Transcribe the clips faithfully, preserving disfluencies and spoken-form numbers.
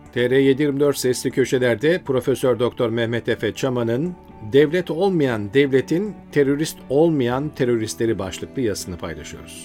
T R yedi yirmi dört Sesli Köşeler'de Profesör Doktor Mehmet Efe Çaman'ın Devlet olmayan devletin terörist olmayan teröristleri başlıklı yazısını paylaşıyoruz.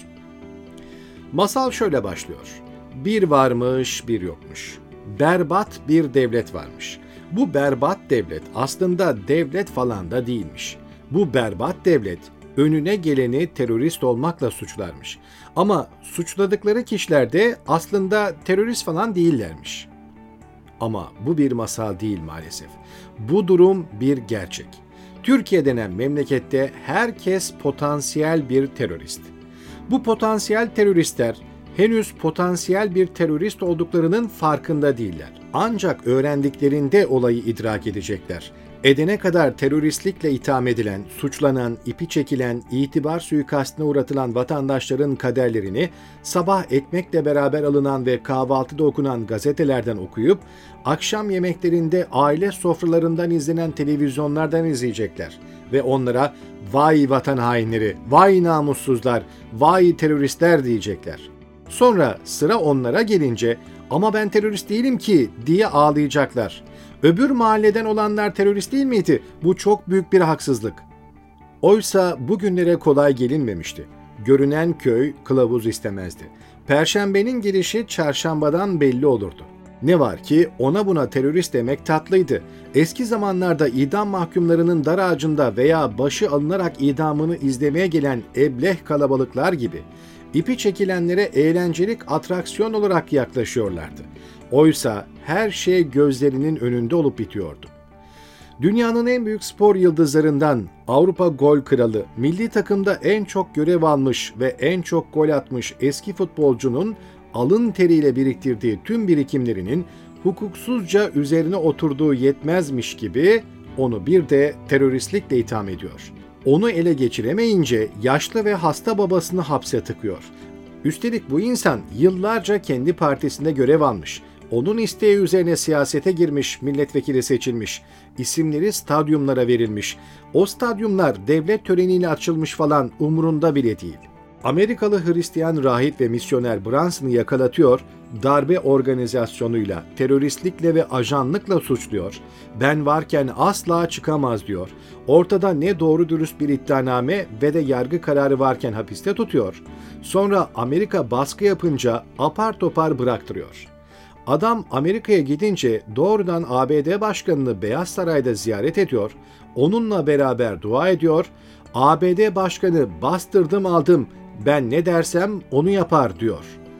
Masal şöyle başlıyor. Bir varmış, bir yokmuş. Berbat bir devlet varmış. Bu berbat devlet aslında devlet falan da değilmiş. Bu berbat devlet önüne geleni terörist olmakla suçlarmış. Ama suçladıkları kişiler de aslında terörist falan değillermiş. Ama bu bir masal değil maalesef. Bu durum bir gerçek. Türkiye denen memlekette herkes potansiyel bir terörist. Bu potansiyel teröristler henüz potansiyel bir terörist olduklarının farkında değiller. Ancak öğrendiklerinde olayı idrak edecekler. Edene kadar teröristlikle itham edilen, suçlanan, ipi çekilen, itibar suikastına uğratılan vatandaşların kaderlerini sabah ekmekle beraber alınan ve kahvaltıda okunan gazetelerden okuyup, akşam yemeklerinde aile sofralarından izlenen televizyonlardan izleyecekler. Ve onlara vay vatan hainleri, vay namussuzlar, vay teröristler diyecekler. Sonra sıra onlara gelince ama ben terörist değilim ki diye ağlayacaklar. Öbür mahalleden olanlar terörist değil miydi? Bu çok büyük bir haksızlık. Oysa bugünlere kolay gelinmemişti. Görünen köy kılavuz istemezdi. Perşembenin gelişi çarşambadan belli olurdu. Ne var ki ona buna terörist demek tatlıydı. Eski zamanlarda idam mahkumlarının dar ağacında veya başı alınarak idamını izlemeye gelen ebleh kalabalıklar gibi ipi çekilenlere eğlencelik atraksiyon olarak yaklaşıyorlardı. Oysa her şey gözlerinin önünde olup bitiyordu. Dünyanın en büyük spor yıldızlarından, Avrupa gol kralı, milli takımda en çok görev almış ve en çok gol atmış eski futbolcunun alın teriyle biriktirdiği tüm birikimlerinin hukuksuzca üzerine oturduğu yetmezmiş gibi onu bir de teröristlikle itham ediyor. Onu ele geçiremeyince yaşlı ve hasta babasını hapse tıkıyor. Üstelik bu insan yıllarca kendi partisinde görev almış. Onun isteği üzerine siyasete girmiş, milletvekili seçilmiş, isimleri stadyumlara verilmiş. O stadyumlar devlet töreniyle açılmış falan umurunda bile değil. Amerikalı Hristiyan rahip ve misyoner Branson'ı yakalatıyor, darbe organizasyonuyla, teröristlikle ve ajanlıkla suçluyor. Ben varken asla çıkamaz diyor. Ortada ne doğru dürüst bir iddianame ve de yargı kararı varken hapiste tutuyor. Sonra Amerika baskı yapınca apar topar bıraktırıyor. Adam Amerika'ya gidince doğrudan A B D Başkanı'nı Beyaz Saray'da ziyaret ediyor, onunla beraber dua ediyor, A B D Başkanı bastırdım aldım, ben ne dersem onu yapar diyor.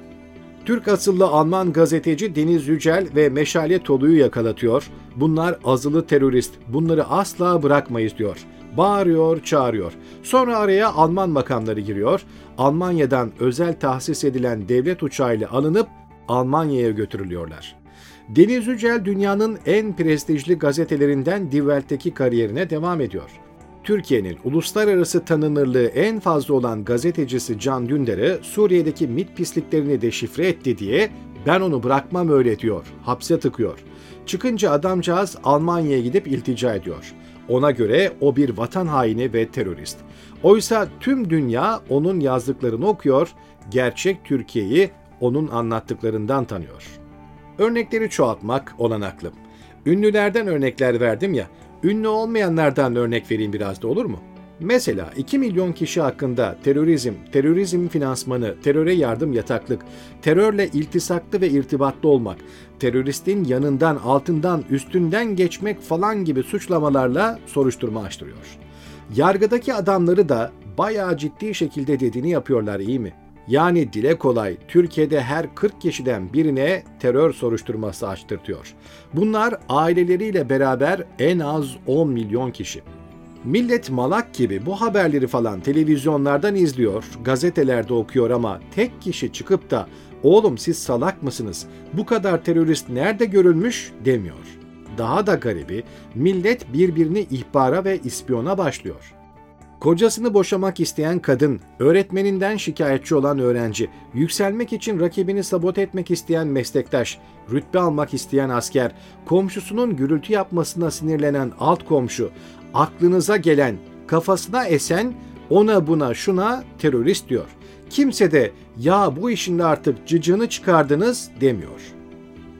Türk asıllı Alman gazeteci Deniz Yücel ve Meşale Tolu'yu yakalatıyor. Bunlar azılı terörist, bunları asla bırakmayız diyor. Bağırıyor, çağırıyor. Sonra araya Alman makamları giriyor. Almanya'dan özel tahsis edilen devlet uçağıyla alınıp Almanya'ya götürülüyorlar. Deniz Yücel dünyanın en prestijli gazetelerinden Die Welt'teki kariyerine devam ediyor. Türkiye'nin uluslararası tanınırlığı en fazla olan gazetecisi Can Dündar'ı Suriye'deki MİT pisliklerini deşifre etti diye ben onu bırakmam öyle diyor, hapse tıkıyor. Çıkınca adamcağız Almanya'ya gidip iltica ediyor. Ona göre o bir vatan haini ve terörist. Oysa tüm dünya onun yazdıklarını okuyor, gerçek Türkiye'yi onun anlattıklarından tanıyor. Örnekleri çoğaltmak olanaklı. Ünlülerden örnekler verdim ya, ünlü olmayanlardan örnek vereyim biraz da olur mu? Mesela iki milyon kişi hakkında terörizm, terörizm finansmanı, teröre yardım yataklık, terörle iltisaklı ve irtibatlı olmak, teröristin yanından, altından, üstünden geçmek falan gibi suçlamalarla soruşturma açtırıyor. Yargıdaki adamları da bayağı ciddi şekilde dediğini yapıyorlar, iyi mi? Yani dile kolay Türkiye'de her kırk kişiden birine terör soruşturması açtırtıyor. Bunlar aileleriyle beraber en az on milyon kişi. Millet malak gibi bu haberleri falan televizyonlardan izliyor, gazetelerde okuyor ama tek kişi çıkıp da "Oğlum siz salak mısınız? Bu kadar terörist nerede görülmüş?" demiyor. Daha da garibi, millet birbirini ihbara ve ispiyona başlıyor. Kocasını boşamak isteyen kadın, öğretmeninden şikayetçi olan öğrenci, yükselmek için rakibini sabote etmek isteyen meslektaş, rütbe almak isteyen asker, komşusunun gürültü yapmasına sinirlenen alt komşu, aklınıza gelen, kafasına esen, ona buna şuna terörist diyor. Kimse de "ya bu işin de artık cıcığını çıkardınız" demiyor.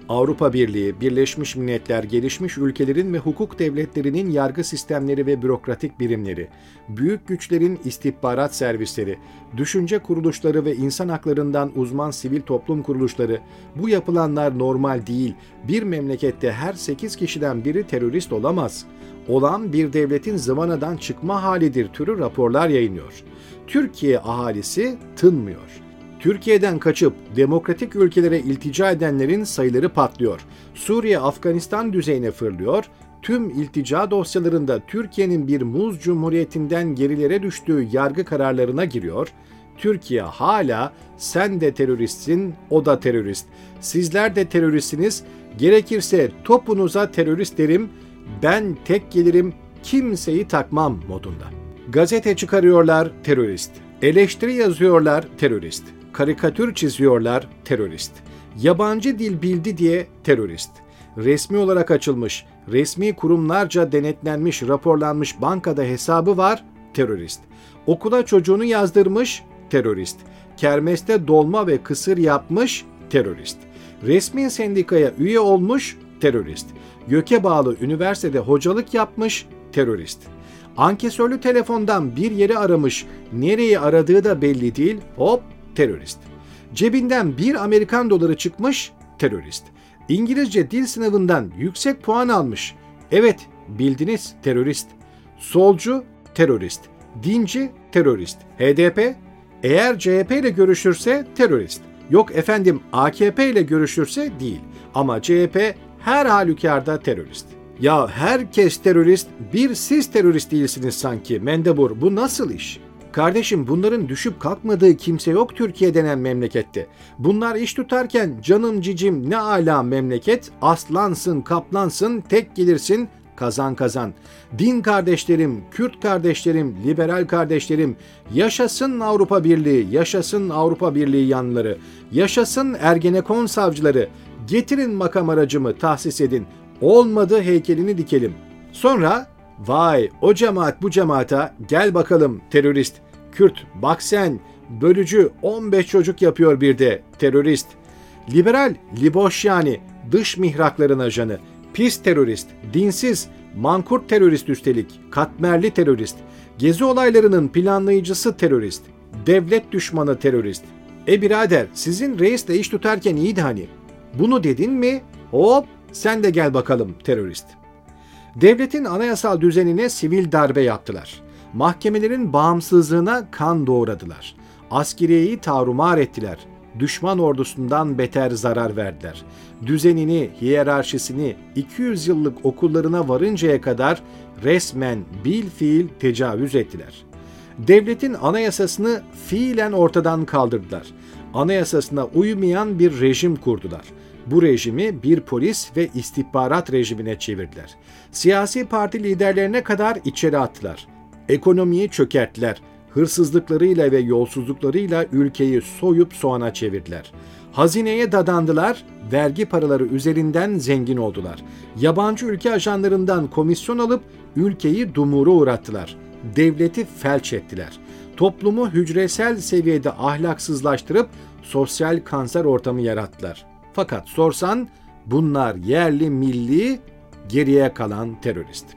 Avrupa Birliği, Birleşmiş Milletler, gelişmiş ülkelerin ve hukuk devletlerinin yargı sistemleri ve bürokratik birimleri, büyük güçlerin istihbarat servisleri, düşünce kuruluşları ve insan haklarından uzman sivil toplum kuruluşları, bu yapılanlar normal değil, bir memlekette her sekiz kişiden biri terörist olamaz. Olan bir devletin zıvanadan çıkma halidir türü raporlar yayınlıyor. Türkiye ahalisi tınmıyor. Türkiye'den kaçıp demokratik ülkelere iltica edenlerin sayıları patlıyor. Suriye, Afganistan düzeyine fırlıyor. Tüm iltica dosyalarında Türkiye'nin bir muz cumhuriyetinden gerilere düştüğü yargı kararlarına giriyor. Türkiye hala sen de teröristsin, o da terörist. Sizler de teröristsiniz. Gerekirse topunuza terörist derim. Ben tek gelirim, kimseyi takmam modunda. Gazete çıkarıyorlar, terörist. Eleştiri yazıyorlar, terörist. Karikatür çiziyorlar, terörist. Yabancı dil bildi diye terörist. Resmi olarak açılmış, resmi kurumlarca denetlenmiş, raporlanmış bankada hesabı var, terörist. Okula çocuğunu yazdırmış, terörist. Kermeste dolma ve kısır yapmış, terörist. Resmi sendikaya üye olmuş, terörist. YÖK'e bağlı üniversitede hocalık yapmış, terörist. Ankesörlü telefondan bir yeri aramış, nereyi aradığı da belli değil, hop, terörist. Cebinden bir Amerikan doları çıkmış, terörist. İngilizce dil sınavından yüksek puan almış. Evet, bildiniz, terörist. Solcu, terörist. Dinci, terörist. H D P, eğer C H P ile görüşürse terörist. Yok efendim, A K P ile görüşürse değil. Ama C H P her halükarda terörist. Ya herkes terörist, bir siz terörist değilsiniz sanki. Mendebur, bu nasıl iş? Kardeşim, bunların düşüp kalkmadığı kimse yok Türkiye denen memlekette. Bunlar iş tutarken canım cicim ne ala memleket, aslansın kaplansın tek gelirsin kazan kazan. Din kardeşlerim, Kürt kardeşlerim, liberal kardeşlerim, yaşasın Avrupa Birliği, yaşasın Avrupa Birliği yanları, yaşasın Ergenekon savcıları, getirin makam aracımı tahsis edin, olmadı heykelini dikelim. Sonra vay o cemaat bu cemaata gel bakalım terörist, Kürt bak sen bölücü on beş çocuk yapıyor bir de terörist. Liberal liboş yani dış mihrakların ajanı, pis terörist, dinsiz, mankurt terörist üstelik, katmerli terörist, gezi olaylarının planlayıcısı terörist, devlet düşmanı terörist. E birader sizin reisle iş tutarken iyiydi hani. Bunu dedin mi hop sen de gel bakalım terörist. Devletin anayasal düzenine sivil darbe yaptılar. Mahkemelerin bağımsızlığına kan doğradılar. Askeriyeyi tarumar ettiler. Düşman ordusundan beter zarar verdiler. Düzenini, hiyerarşisini iki yüz yıllık okullarına varıncaya kadar resmen bilfiil tecavüz ettiler. Devletin anayasasını fiilen ortadan kaldırdılar. Anayasasına uymayan bir rejim kurdular. Bu rejimi bir polis ve istihbarat rejimine çevirdiler. Siyasi parti liderlerine kadar içeri attılar. Ekonomiyi çökerttiler. Hırsızlıklarıyla ve yolsuzluklarıyla ülkeyi soyup soğana çevirdiler. Hazineye dadandılar, vergi paraları üzerinden zengin oldular. Yabancı ülke ajanlarından komisyon alıp ülkeyi dumura uğrattılar. Devleti felç ettiler. Toplumu hücresel seviyede ahlaksızlaştırıp sosyal kanser ortamı yarattılar. Fakat sorsan bunlar yerli milli, geriye kalan terörist.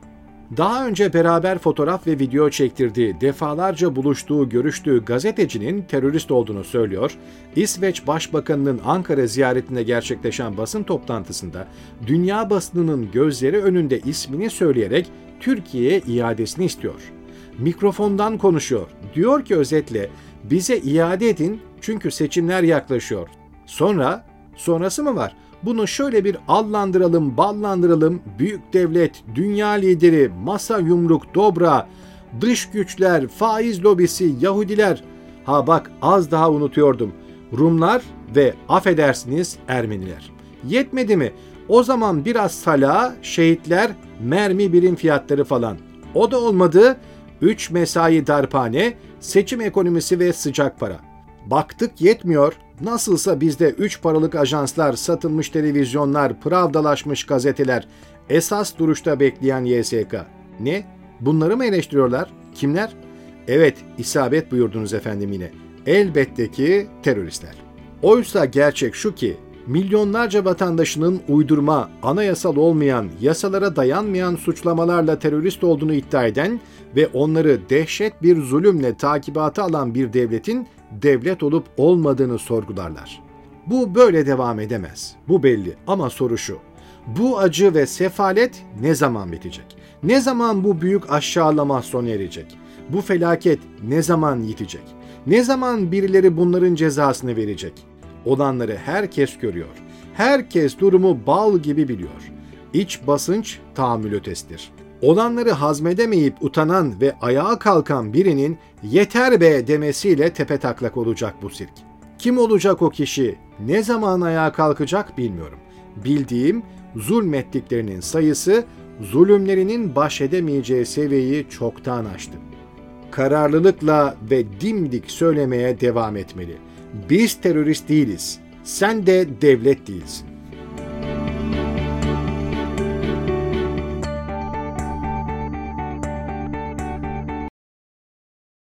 Daha önce beraber fotoğraf ve video çektirdiği, defalarca buluştuğu, görüştüğü gazetecinin terörist olduğunu söylüyor. İsveç Başbakanı'nın Ankara ziyaretinde gerçekleşen basın toplantısında dünya basınının gözleri önünde ismini söyleyerek Türkiye'ye iadesini istiyor. Mikrofondan konuşuyor. Diyor ki özetle bize iade edin çünkü seçimler yaklaşıyor. Sonra, sonrası mı var? Bunu şöyle bir allandıralım, ballandıralım, büyük devlet, dünya lideri, masa yumruk, dobra, dış güçler, faiz lobisi, Yahudiler. Ha bak az daha unutuyordum. Rumlar ve affedersiniz Ermeniler. Yetmedi mi? O zaman biraz sala, şehitler, mermi birim fiyatları falan. O da olmadı. Üç mesai darphane, seçim ekonomisi ve sıcak para. Baktık yetmiyor. Nasılsa bizde üç paralık ajanslar, satılmış televizyonlar, pravdalaşmış gazeteler, esas duruşta bekleyen Y S K. Ne? Bunları mı eleştiriyorlar? Kimler? Evet, isabet buyurdunuz efendim yine. Elbette ki teröristler. Oysa gerçek şu ki, milyonlarca vatandaşının uydurma, anayasal olmayan, yasalara dayanmayan suçlamalarla terörist olduğunu iddia eden ve onları dehşet bir zulümle takibata alan bir devletin devlet olup olmadığını sorgularlar. Bu böyle devam edemez. Bu belli ama soru şu: bu acı ve sefalet ne zaman bitecek? Ne zaman bu büyük aşağılama sona erecek? Bu felaket ne zaman yitecek? Ne zaman birileri bunların cezasını verecek? Olanları herkes görüyor. Herkes durumu bal gibi biliyor. İç basınç tahammül ötesidir. Olanları hazmedemeyip utanan ve ayağa kalkan birinin yeter be demesiyle tepetaklak olacak bu sirk. Kim olacak o kişi, ne zaman ayağa kalkacak bilmiyorum. Bildiğim, zulmettiklerinin sayısı zulümlerinin baş edemeyeceği seviyeyi çoktan aştı. Kararlılıkla ve dimdik söylemeye devam etmeli. Biz terörist değiliz. Sen de devlet değilsin.